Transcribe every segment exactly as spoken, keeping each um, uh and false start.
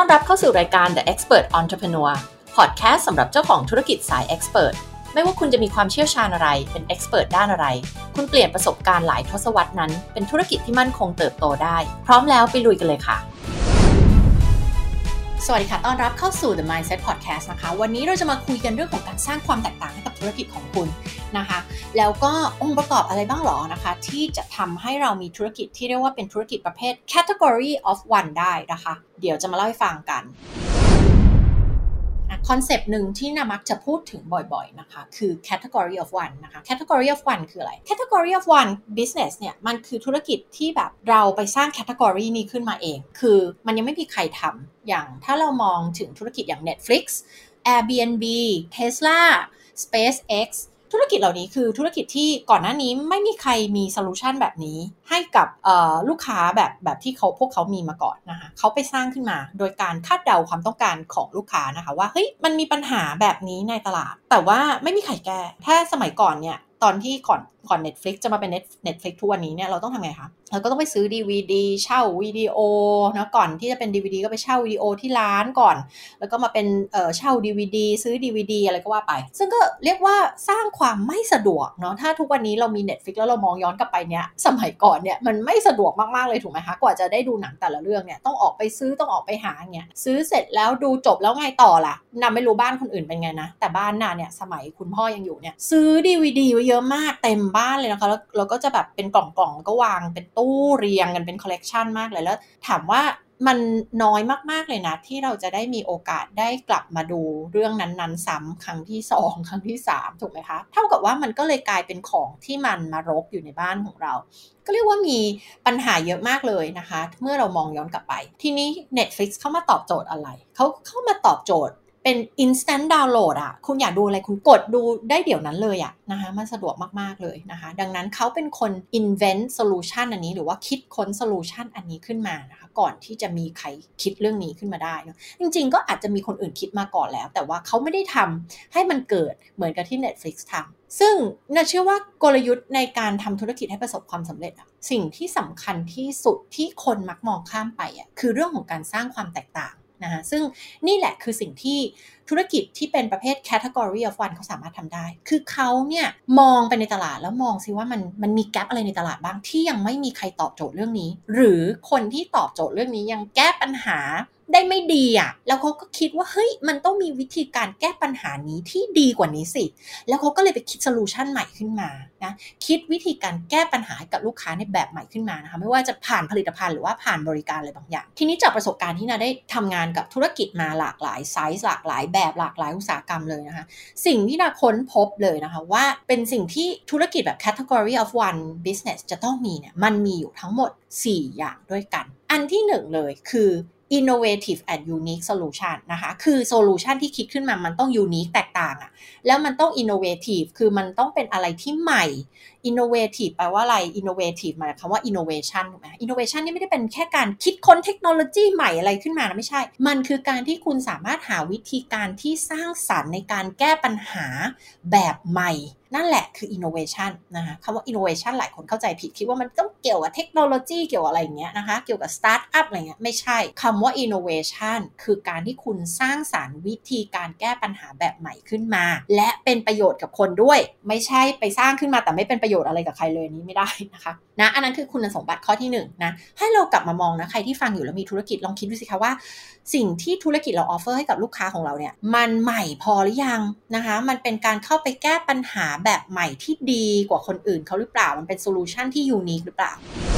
อนรับเข้าสู่รายการ The Expert Entrepreneur Podcast สำหรับเจ้าของธุรกิจสาย Expert ไม่ว่าคุณจะมีความเชี่ยวชาญอะไรเป็น Expert ด้านอะไรคุณเปลี่ยนประสบการณ์หลายทศวรรษนั้นเป็นธุรกิจที่มั่นคงเติบโตได้พร้อมแล้วไปลุยกันเลยค่ะสวัสดีค่ะต้อนรับเข้าสู่ The Mindset Podcast นะคะวันนี้เราจะมาคุยกันเรื่องของการสร้างความแตกต่างให้กับธุรกิจของคุณนะคะแล้วก็องค์ประกอบอะไรบ้างหรอนะคะที่จะทำให้เรามีธุรกิจที่เรียกว่าเป็นธุรกิจประเภท Category of One ได้นะคะเดี๋ยวจะมาเล่าให้ฟังกันคอนเซปต์หนึ่งที่นามักจะพูดถึงบ่อยๆนะคะคือ category of one นะคะ category of one คืออะไร category of one business เนี่ยมันคือธุรกิจที่แบบเราไปสร้าง category นี้ขึ้นมาเองคือมันยังไม่มีใครทำอย่างถ้าเรามองถึงธุรกิจอย่าง Netflix Airbnb Tesla SpaceX ธุรกิจเหล่านี้คือธุรกิจที่ก่อนหน้านี้ไม่มีใครมีโซลูชันแบบนี้ให้กับลูกค้าแบบแบบที่เขาพวกเขามีมาก่อนนะคะเขาไปสร้างขึ้นมาโดยการคาดเดาความต้องการของลูกค้านะคะว่าเฮ้ยมันมีปัญหาแบบนี้ในตลาดแต่ว่าไม่มีใครแก้ถ้าสมัยก่อนเนี่ยตอนที่ก่อนก่อน Netflix จะมาเป็น Netflix ทุกวันนี้เนี่ยเราต้องทำไงคะเราก็ต้องไปซื้อ ดี วี ดี เช่าวิดีโอนะก่อนที่จะเป็น ดี วี ดี ก็ไปเช่าวิดีโอที่ร้านก่อนแล้วก็มาเป็นเอ่อเช่า ดี วี ดี ซื้อ ดี วี ดี อะไรก็ว่าไปซึ่งก็เรียกว่าสร้างความไม่สะดวกเนาะถ้าทุกวันนี้เรามี Netflix แล้วเรามองย้อนกลับไปเนี่ยสมัยก่อนเนี่ยมันไม่สะดวกมากๆเลยถูกไหมคะกว่าจะได้ดูหนังแต่ละเรื่องเนี่ยต้องออกไปซื้อต้องออกไปหาเงี้ยซื้อเสร็จแล้วดูจบแล้วไงต่อล่ะน่าไม่รู้บ้านคนอื่นเป็นไงนะแต่บ้านน่ะเนี่ยสมัยคุณพ่อยังอยู่เนี่ยซื้อ ดี วี ดี ไว้เยอะมากเต็มบ้านเลยนะคะแล้วเราก็จะแบบเป็นกล่องๆก็วางเป็นตู้เรียงกันเป็นคอลเลกชันมากเลยแล้วถามว่ามันน้อยมากๆเลยนะที่เราจะได้มีโอกาสได้กลับมาดูเรื่องนั้นๆซ้ำครั้งที่สองครั้งที่สามถูกไหมคะเท่ากับว่ามันก็เลยกลายเป็นของที่มันมารกอยู่ในบ้านของเราก็เรียกว่ามีปัญหาเยอะมากเลยนะคะเมื่อเรามองย้อนกลับไปทีนี้ Netflix เข้ามาตอบโจทย์อะไรเขาเข้ามาตอบโจทย์เป็น instant download อ่ะคุณอยากดูอะไรคุณกดดูได้เดี๋ยวนั้นเลยอ่ะนะคะมันสะดวกมากๆเลยนะคะดังนั้นเขาเป็นคน invent solution อันนี้หรือว่าคิดค้น solution อันนี้ขึ้นมานะคะก่อนที่จะมีใครคิดเรื่องนี้ขึ้นมาได้นะจริงๆก็อาจจะมีคนอื่นคิดมาก่อนแล้วแต่ว่าเขาไม่ได้ทำให้มันเกิดเหมือนกับที่ Netflix ทำซึ่งน่าเชื่อว่ากลยุทธ์ในการทำธุรกิจให้ประสบความสำเร็จอ่ะสิ่งที่สำคัญที่สุดที่คนมักมองข้ามไปอ่ะคือเรื่องของการสร้างความแตกต่างนะคะซึ่งนี่แหละคือสิ่งที่ธุรกิจที่เป็นประเภท category of one เขาสามารถทำได้คือเขาเนี่ยมองไปในตลาดแล้วมองซิว่ามันมันมีแกปอะไรในตลาดบ้างที่ยังไม่มีใครตอบโจทย์เรื่องนี้หรือคนที่ตอบโจทย์เรื่องนี้ยังแก้ปัญหาได้ไม่ดีอ่ะแล้วเขาก็คิดว่าเฮ้ยมันต้องมีวิธีการแก้ปัญหานี้ที่ดีกว่านี้สิแล้วเขาก็เลยไปคิดโซลูชันใหม่ขึ้นมานะคิดวิธีการแก้ปัญหาให้กับลูกค้าในแบบใหม่ขึ้นมานะคะไม่ว่าจะผ่านผลิตภัณฑ์หรือว่าผ่านบริการอะไรบางอย่างทีนี้จากประสบการณ์ที่นาได้ทำงานกับธุรกิจมาหลากหลายไซส์หลากหลายแบบหลากหลายอุตสาหกรรมเลยนะคะสิ่งที่นาค้นพบเลยนะคะว่าเป็นสิ่งที่ธุรกิจแบบ category of one business จะต้องมีเนี่ยมันมีอยู่ทั้งหมดสี่อย่างด้วยกันอันที่หนึ่งเลยคือ innovative and unique solution นะคะคือ solution ที่คิดขึ้นมามันต้อง unique แตกต่างอะแล้วมันต้อง innovative คือมันต้องเป็นอะไรที่ใหม่ innovative แปลว่าอะไร innovative หมายความว่า innovation ถูกไหม innovation นี่ไม่ได้เป็นแค่การคิดค้นเทคโนโลยีใหม่อะไรขึ้นมานะไม่ใช่มันคือการที่คุณสามารถหาวิธีการที่สร้างสรรค์ในการแก้ปัญหาแบบใหม่นั่นแหละคือ innovation นะคะคำว่า innovation หลายคนเข้าใจผิดคิดว่ามันต้องเกี่ยวกับเทคโนโลยีเกี่ยวอะไรอย่างเงี้ยนะคะเกี่ยวกับ startup อะไรเงี้ยไม่ใช่คำว่า innovation คือการที่คุณสร้างสรรค์วิธีการแก้ปัญหาแบบใหม่ขึ้นมาและเป็นประโยชน์กับคนด้วยไม่ใช่ไปสร้างขึ้นมาแต่ไม่เป็นประโยชน์อะไรกับใครเลยนี้ไม่ได้นะคะนะอันนั้นคือคุณสมบัติข้อที่หนึ่งนะให้เรากลับมามองนะใครที่ฟังอยู่แล้วมีธุรกิจลองคิดดูสิคะว่าสิ่งที่ธุรกิจเราออฟเฟอร์ให้กับลูกค้าของเราเนี่ยมันใหม่พอหรือยังนะคะมันเป็นการเข้าไปแก้ปัญหาแบบใหม่ที่ดีกว่าคนอื่นเขาหรือเปล่ามันเป็นโซลูชันที่ยูนิคหรือเปล่า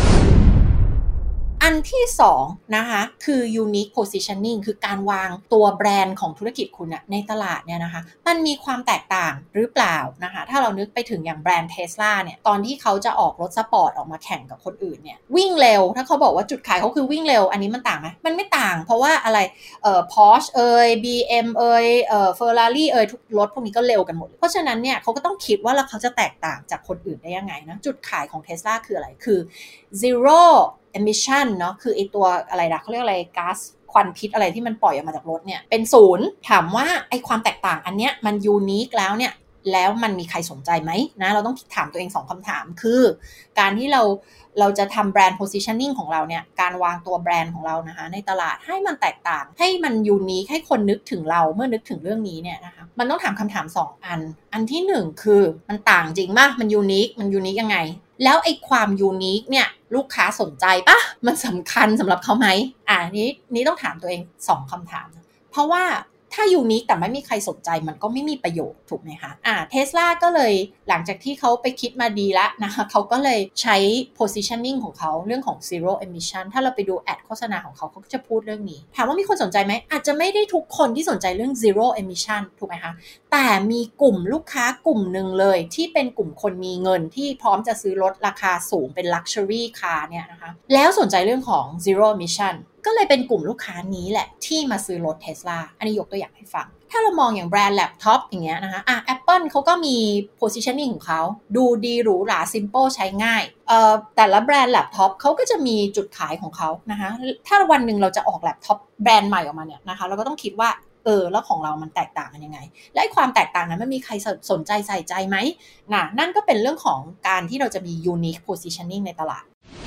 อันที่สองนะคะคือ unique positioning คือการวางตัวแบรนด์ของธุรกิจคุณในตลาดเนี่ยนะคะมันมีความแตกต่างหรือเปล่านะคะถ้าเรานึกไปถึงอย่างแบรนด์ Tesla เนี่ยตอนที่เขาจะออกรถสปอร์ตออกมาแข่งกับคนอื่นเนี่ยวิ่งเร็วถ้าเขาบอกว่าจุดขายเขาคือวิ่งเร็วอันนี้มันต่างไหมมันไม่ต่างเพราะว่าอะไรเอ่อ Porsche เอ่ย บี เอ็ม เอ่ยเอ่อ Ferrari เอ่ยทุกรถพวกนี้ก็เร็วกันหมดเพราะฉะนั้นเนี่ยเขาก็ต้องคิดว่าแล้วเขาจะแตกต่างจากคนอื่นได้ยังไงนะจุดขายของ Tesla คืออะไรคือ zero emission เนาะคือไอตัวอะไรนะเขาเรียกอะไรก๊าซควันพิษอะไรที่มันปล่อยออกมาจากรถเนี่ยเป็นศูนย์ถามว่าไอความแตกต่างอันเนี้ยมันยูนิคแล้วเนี่ยแล้วมันมีใครสนใจไหมนะเราต้องถามตัวเองสองคำถามคือการที่เราเราจะทำแบรนด์ positioning ของเราเนี่ยการวางตัวแบรนด์ของเรานะคะในตลาดให้มันแตกต่างให้มันยูนิคให้คนนึกถึงเราเมื่อนึกถึงเรื่องนี้เนี่ยนะคะมันต้องถามคำถามสองอันอันที่หนึ่งคือมันต่างจริงป่ะมันยูนิคมันยูนิคยังไงแล้วไอ้ความยูนิคเนี่ยลูกค้าสนใจป่ะมันสำคัญสำหรับเขาไหมอ่านี้นี้ต้องถามตัวเองสองคำถามเพราะว่าถ้ายูนิคแต่ไม่มีใครสนใจมันก็ไม่มีประโยชน์ถูกไหมคะอ่า Tesla ก็เลยหลังจากที่เขาไปคิดมาดีแล้วนะคะเขาก็เลยใช้ positioning ของเขาเรื่องของ zero emission ถ้าเราไปดูแอดโฆษณาของเขาเขาก็จะพูดเรื่องนี้ถามว่ามีคนสนใจไหมอาจจะไม่ได้ทุกคนที่สนใจเรื่อง zero emission ถูกไหมคะแต่มีกลุ่มลูกค้ากลุ่มหนึ่งเลยที่เป็นกลุ่มคนมีเงินที่พร้อมจะซื้อรถราคาสูงเป็น luxury car เนี่ยนะคะแล้วสนใจเรื่องของ zero emissionก็เลยเป็นกลุ่มลูกค้านี้แหละที่มาซื้อรถ Tesla อันนี้ยกตัวอย่างให้ฟังถ้าเรามองอย่างแบรนด์แล็ปท็อปอย่างเงี้ยนะคะอ่ะ Apple เขาก็มี positioning ของเขาดูดีหรูหรา simple ใช้ง่ายเอ่อแต่ละแบรนด์แล็ปท็อปเขาก็จะมีจุดขายของเขานะคะถ้าวันหนึ่งเราจะออกแล็ปท็อปแบรนด์ใหม่ออกมาเนี่ยนะคะเราก็ต้องคิดว่าเออแล้วของเรามันแตกต่างกันยังไงและความแตกต่างนั้นมันมีใครสนใจใส่ใจไหมน่ะนั่นก็เป็นเรื่องของการที่เราจะมี unique positioning ในตลาด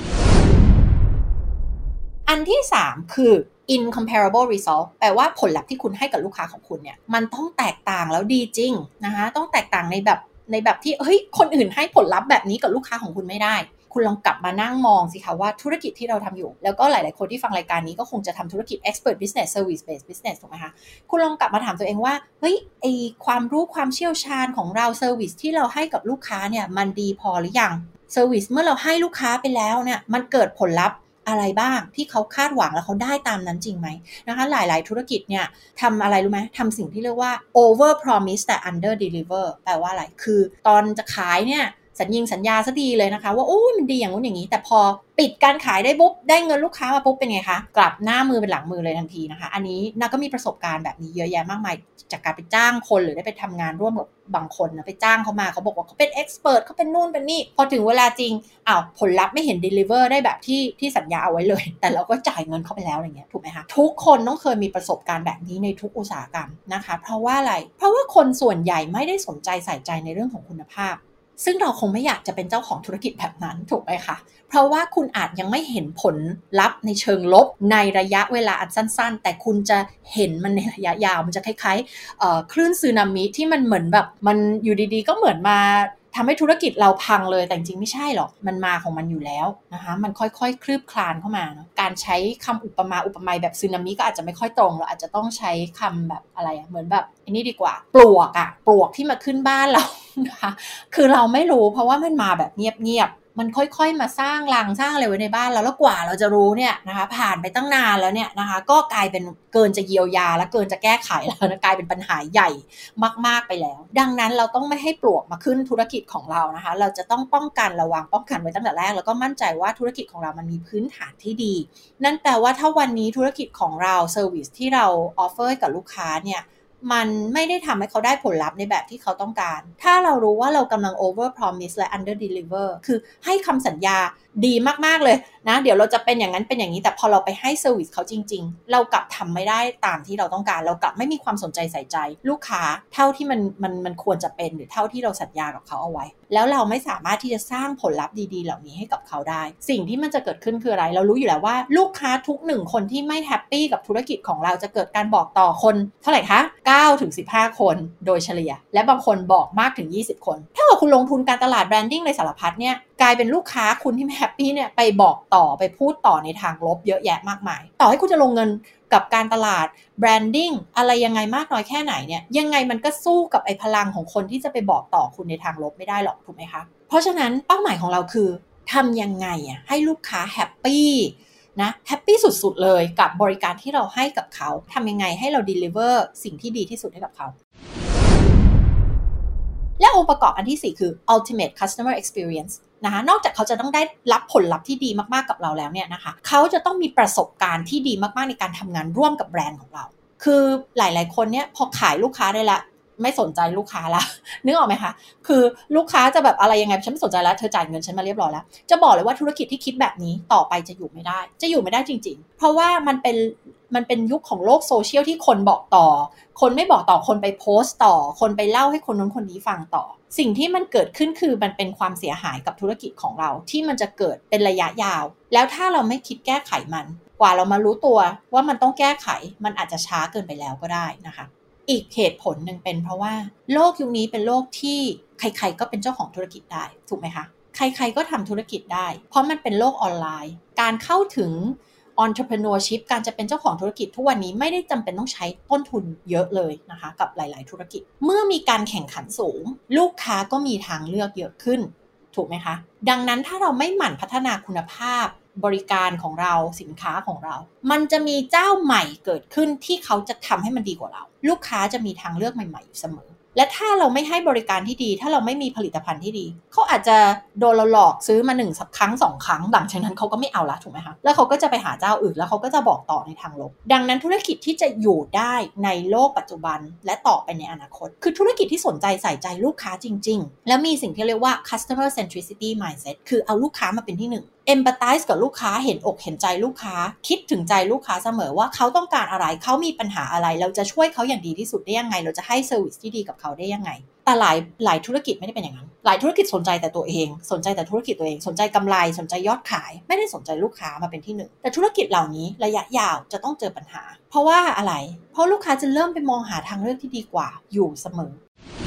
อันที่สามคือ incomparable result แปลว่าผลลัพธ์ที่คุณให้กับลูกค้าของคุณเนี่ยมันต้องแตกต่างแล้วดีจริงนะคะต้องแตกต่างในแบบในแบบที่เฮ้ยคนอื่นให้ผลลัพธ์แบบนี้กับลูกค้าของคุณไม่ได้คุณลองกลับมานั่งมองสิคะว่าธุรกิจที่เราทำอยู่แล้วก็หลายๆคนที่ฟังรายการนี้ก็คงจะทำธุรกิจ expert business service based business ถูกไหมคะคุณลองกลับมาถามตัวเองว่าเฮ้ยไอความรู้ความเชี่ยวชาญของเรา service ที่เราให้กับลูกค้าเนี่ยมันดีพอหรือยัง service เมื่อเราให้ลูกค้าไปแล้วเนี่ยมันเกิดผลลัพธ์อะไรบ้างที่เขาคาดหวังแล้วเขาได้ตามนั้นจริงไหมนะคะหลายๆธุรกิจเนี่ยทำอะไรรู้ไหมทำสิ่งที่เรียกว่า over promise แต่ under deliver แปลว่าอะไรคือตอนจะขายเนี่ยสัญญิงสัญญาซะดีเลยนะคะว่าโอ้มันดีอย่างนู้นอย่างนี้แต่พอปิดการขายได้ปุ๊บได้เงินลูกค้ามาปุ๊บเป็นไงคะกลับหน้ามือเป็นหลังมือเลยทันทีนะคะอันนี้น่าก็มีประสบการณ์แบบนี้เยอะแยะมากมายจากการไปจ้างคนหรือได้ไปทำงานร่วมกับบางคนนะไปจ้างเขามาเขาบอกว่าเขาเป็นเอ็กซ์เพรสเขาเป็นนู่นเป็นนี่พอถึงเวลาจริงอ้าวผลลัพธ์ไม่เห็น deliver ได้แบบที่ที่สัญญาเอาไว้เลยแต่เราก็จ่ายเงินเข้าไปแล้วอะไรเงี้ยถูกไหมคะทุกคนต้องเคยมีประสบการณ์แบบนี้ในทุกอุตสาหกรรมนะคะเพราะว่าอะไรเพราะว่าคนส่วนใหญ่ไม่ได้สนใจใส่ใจในเรื่องของคุณภาพซึ่งเราคงไม่อยากจะเป็นเจ้าของธุรกิจแบบนั้นถูกไหมคะเพราะว่าคุณอาจยังไม่เห็นผลลัพธ์ในเชิงลบในระยะเวลาอันสั้นๆแต่คุณจะเห็นมันในระยะยาวมันจะคล้ายๆคลื่นสึนามิที่มันเหมือนแบบมันอยู่ดีๆก็เหมือนมาทำให้ธุรกิจเราพังเลยแต่จริงไม่ใช่หรอกมันมาของมันอยู่แล้วนะคะมันค่อยๆคลืบคลานเข้ามานะการใช้คำอุปมาอุปไมยแบบสึนามิก็อาจจะไม่ค่อยตรงเราอาจจะต้องใช้คำแบบอะไรอะเหมือนแบบอันนี้ดีกว่าปลวกอะปลวกที่มาขึ้นบ้านเรานะคะคือเราไม่รู้เพราะว่ามันมาแบบเงียบๆมันค่อยๆมาสร้างรังสร้างอะไรไว้ในบ้านเราแล้วกว่าเราจะรู้เนี่ยนะคะผ่านไปตั้งนานแล้วเนี่ยนะคะก็กลายเป็นเกินจะเยียวยาและเกินจะแก้ไขแล้วนะกลายเป็นปัญหาใหญ่มากๆไปแล้วดังนั้นเราต้องไม่ให้ปลวกมาขึ้นธุรกิจของเรานะคะเราจะต้องป้องกันระวังป้องกันไว้ตั้งแต่แรกแล้วก็มั่นใจว่าธุรกิจของเรามันมีพื้นฐานที่ดีนั่นแปลว่าถ้าวันนี้ธุรกิจของเราเซอร์วิสที่เราออฟเฟอร์กับลูกค้าเนี่ยมันไม่ได้ทำให้เขาได้ผลลัพธ์ในแบบที่เขาต้องการถ้าเรารู้ว่าเรากำลัง over promise และ under deliver คือให้คำสัญญาดีมากๆเลยนะเดี๋ยวเราจะเป็นอย่างนั้นเป็นอย่างนี้แต่พอเราไปให้เซอร์วิสเขาจริงๆเรากลับทำไม่ได้ตามที่เราต้องการเรากลับไม่มีความสนใจใส่ใจลูกค้าเท่าที่มันมันมันควรจะเป็นหรือเท่าที่เราสัญญากับเขาเอาไว้แล้วเราไม่สามารถที่จะสร้างผลลัพธ์ดีๆเหล่านี้ให้กับเขาได้สิ่งที่มันจะเกิดขึ้นคืออะไรเรารู้อยู่แล้วว่าลูกค้าทุกหนึ่งคนที่ไม่แฮปปี้กับธุรกิจของเราจะเกิดการบอกต่อคนเท่าไหร่คะเก้าถึงสิบห้าคนโดยเฉลี่ยและบางคนบอกมากถึงยี่สิบคนถ้าเกิดคุณลงทุนการตลาดแบรนดิ้งในสารพัดเนี่ยกลายเป็นลูกค้าคุณที่ไม่แฮปปี้เนี่ยไปบอกต่อไปพูดต่อในทางลบเยอะแยะมากมายต่อให้คุณจะลงเงินกับการตลาดแบรนดิ้งอะไรยังไงมากน้อยแค่ไหนเนี่ยยังไงมันก็สู้กับไอ้พลังของคนที่จะไปบอกต่อคุณในทางลบไม่ได้หรอกถูกไหมคะเพราะฉะนั้นเป้าหมายของเราคือทำยังไงอ่ะให้ลูกค้าแฮปปี้นะแฮปปี้สุดๆเลยกับบริการที่เราให้กับเขาทำยังไงให้เรา deliver สิ่งที่ดีที่สุดให้กับเขาและองค์ประกอบอันที่สี่คือ ultimate customer experience นะคะนอกจากเขาจะต้องได้รับผลลัพธ์ที่ดีมากๆกับเราแล้วเนี่ยนะคะเขาจะต้องมีประสบการณ์ที่ดีมากๆในการทำงานร่วมกับแบรนด์ของเราคือหลายๆคนเนี่ยพอขายลูกค้าได้ละไม่สนใจลูกค้าละนึกออกไหมคะคือลูกค้าจะแบบอะไรยังไงฉันไม่สนใจแล้วเธอจ่ายเงินฉันมาเรียบร้อยแล้วจะบอกเลยว่าธุรกิจที่คิดแบบนี้ต่อไปจะอยู่ไม่ได้จะอยู่ไม่ได้จริงๆเพราะว่ามันเป็นมันเป็นยุคของโลกโซเชียลที่คนบอกต่อคนไม่บอกต่อคนไปโพสต์ต่อคนไปเล่าให้คนนู้นคนนี้ฟังต่อสิ่งที่มันเกิดขึ้นคือมันเป็นความเสียหายกับธุรกิจของเราที่มันจะเกิดเป็นระยะยาวแล้วถ้าเราไม่คิดแก้ไขมันกว่าเรามารู้ตัวว่ามันต้องแก้ไขมันอาจจะช้าเกินไปแล้วก็ได้นะคะอีกเหตุผลหนึ่งเป็นเพราะว่าโลกยุคนี้เป็นโลกที่ใครๆก็เป็นเจ้าของธุรกิจได้ถูกไหมคะใครๆก็ทำธุรกิจได้เพราะมันเป็นโลกออนไลน์การเข้าถึง entrepreneurship การจะเป็นเจ้าของธุรกิจทุกวันนี้ไม่ได้จำเป็นต้องใช้ต้นทุนเยอะเลยนะคะกับหลายๆธุรกิจเมื่อมีการแข่งขันสูงลูกค้าก็มีทางเลือกเยอะขึ้นถูกไหมคะดังนั้นถ้าเราไม่หมั่นพัฒนาคุณภาพบริการของเราสินค้าของเรามันจะมีเจ้าใหม่เกิดขึ้นที่เขาจะทำให้มันดีกว่าเราลูกค้าจะมีทางเลือกใหม่ๆอยู่เสมอและถ้าเราไม่ให้บริการที่ดีถ้าเราไม่มีผลิตภัณฑ์ที่ดีเขาอาจจะโดนเราหลอกซื้อมาหนึ่งสักครั้งสองครั้งหลังจากนั้นเขาก็ไม่เอาละถูกไหมคะแล้วเขาก็จะไปหาเจ้าอื่นแล้วเขาก็จะบอกต่อในทางลบดังนั้นธุรกิจที่จะอยู่ได้ในโลกปัจจุบันและต่อไปในอนาคตคือธุรกิจที่สนใจใส่ใจลูกค้าจริงๆแล้วมีสิ่งที่เรียกว่า customer centricity mindset คือเอาลูกค้ามาเป็นที่หนึ่งempathize กับลูกค้าเห็นอกเห็นใจลูกค้าคิดถึงใจลูกค้าเสมอว่าเขาต้องการอะไรเขามีปัญหาอะไรเราจะช่วยเขาอย่างดีที่สุดได้ยังไงเราจะให้เซอร์วิสที่ดีกับเขาได้ยังไงแต่หลายหลายธุรกิจไม่ได้เป็นอย่างนั้นหลายธุรกิจสนใจแต่ตัวเองสนใจแต่ธุรกิจตัวเองสนใจกำไรสนใจยอดขายไม่ได้สนใจลูกค้ามาเป็นที่หนึ่งแต่ธุรกิจเหล่านี้ระยะยาวจะต้องเจอปัญหาเพราะว่าอะไรเพราะลูกค้าจะเริ่มไปมองหาทางเลือกที่ดีกว่าอยู่เสมอ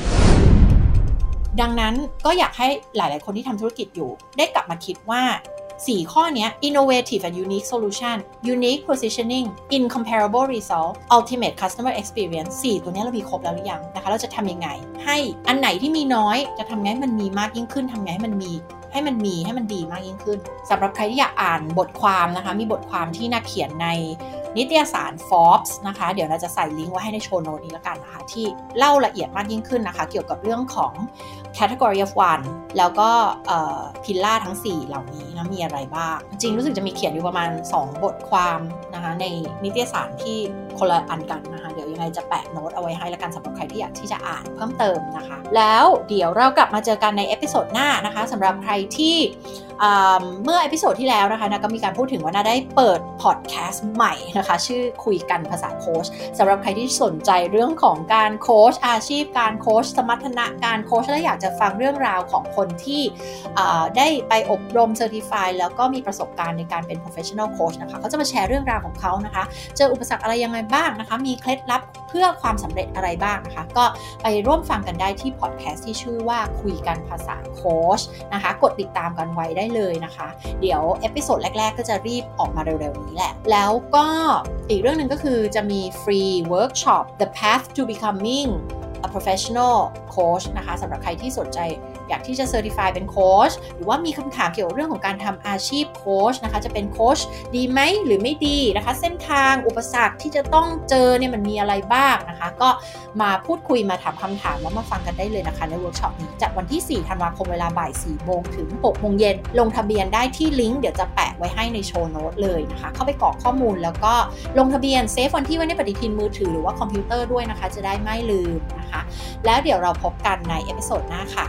ดังนั้นก็อยากให้หลายๆคนที่ทำธุรกิจอยู่ได้กลับมาคิดว่าสี่ข้อนี้ innovative and unique solution unique positioning incomparable result ultimate customer experience สี่ตัวนี้เรามีครบแล้วหรือยังนะคะเราจะทำยังไงให้อันไหนที่มีน้อยจะทำไงให้มันมีมากยิ่งขึ้นทำไงให้มันมีให้มันมีให้มันดีมากยิ่งขึ้นสำหรับใครที่อยากอ่านบทความนะคะมีบทความที่น่าเขียนในนิตยสาร Forbes นะคะเดี๋ยวเราจะใส่ลิงก์ไว้ให้ในโชว์โน้ตนี้แล้วกันนะคะที่เล่าละเอียดมากยิ่งขึ้นนะคะเกี่ยวกับเรื่องของ category of one แล้วก็พิลล่าทั้งสี่เหล่านี้นะมีอะไรบ้างจริงรู้สึกจะมีเขียนอยู่ประมาณสองบทความนะคะในนิตยสารที่คนละอันกันนะคะเดี๋ยวยังไงจะแปะโน้ตเอาไว้ให้แล้วกันสำหรับใครที่อยากที่จะอ่านเพิ่มเติมนะคะแล้วเดี๋ยวเรากลับมาเจอกันในเอพิโซดหน้านะคะสำหรับใครที่เมื่อเอพิโซดที่แล้วนะคะนะก็มีการพูดถึงว่าน่าได้เปิดพอดแคสต์ใหม่นะคะชื่อคุยกันภาษาโค้ชสำหรับใครที่สนใจเรื่องของการโค้ชอาชีพการโค้ชสมรรถนะการโค้ชและอยากจะฟังเรื่องราวของคนที่ได้ไปอบรมเซอร์ติฟายแล้วก็มีประสบการณ์ในการเป็น professional coach นะคะเขาจะมาแชร์เรื่องราวของเขานะคะเจออุปสรรคอะไรยังไงบ้างนะคะมีเคล็ดลับเพื่อความสำเร็จอะไรบ้างนะคะก็ไปร่วมฟังกันได้ที่พอดแคสต์ที่ชื่อว่าคุยกันภาษาโค้ชนะคะกดติดตามกันไว้ได้เลยนะคะเดี๋ยวเอพิโซดแรกๆก็จะรีบออกมาเร็วๆนี้แหละแล้วก็อีกเรื่องหนึ่งก็คือจะมีฟรีเวิร์กช็อป The Path to Becoming a Professional Coach นะคะสำหรับใครที่สนใจอยากที่จะ Certify เป็นโค้ชหรือว่ามีคำถามเกี่ยวกับเรื่องของการทำอาชีพโค้ชนะคะจะเป็นโค้ชดีไหมหรือไม่ดีนะคะเส้นทางอุปสรรคที่จะต้องเจอเนี่ยมันมีอะไรบ้างนะคะก็มาพูดคุยมาถามคำถามแล้วมาฟังกันได้เลยนะคะในเวิร์กช็อปนี้จัดวันที่สี่ธันวาคมเวลาบ่ายสี่โมงถึงหกโมงเย็นลงทะเบียนได้ที่ลิงก์เดี๋ยวจะแปะไว้ให้ในโชว์โน้ตเลยนะคะเข้าไปกรอกข้อมูลแล้วก็ลงทะเบียนเซฟวันที่ไว้ในปฏิทินมือถือหรือว่าคอมพิวเตอร์ด้วยนะคะจะได้ไม่ลืมนะคะแล้วเดี๋ยวเราพบกันในเอพิโซดหน้าค่ะ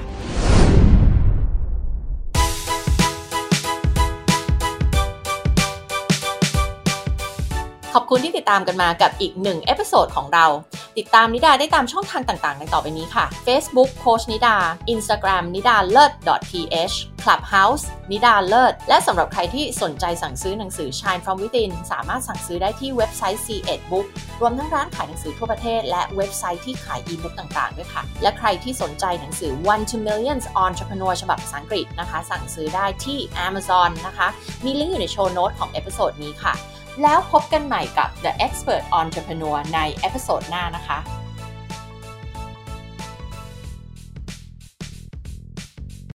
ขอบคุณที่ติดตามกันมากับอีกหนึ่งเอพิโซดของเราติดตามนิดาได้ตามช่องทางต่างๆในต่อไปนี้ค่ะ Facebook โค้ชนิดา Instagram นิดาเลิศ .th Clubhouse นิดาเลิศและสำหรับใครที่สนใจสั่งซื้อหนังสือ Shine from Within สามารถสั่งซื้อได้ที่เว็บไซต์ ซี เอ็ด Book รวมทั้งร้านขายหนังสือทั่วประเทศและเว็บไซต์ที่ขายอีบุ๊กต่างๆด้วยค่ะและใครที่สนใจหนังสือ one to millions entrepreneur ฉบับภาษาอังกฤษนะคะสั่งซื้อได้ที่ Amazon นะคะมีลิงก์อยู่ในโชว์โน้ตของเอพิโซดนี้ค่ะแล้วพบกันใหม่กับ The Expert Entrepreneur ในเอพิโซดหน้านะคะ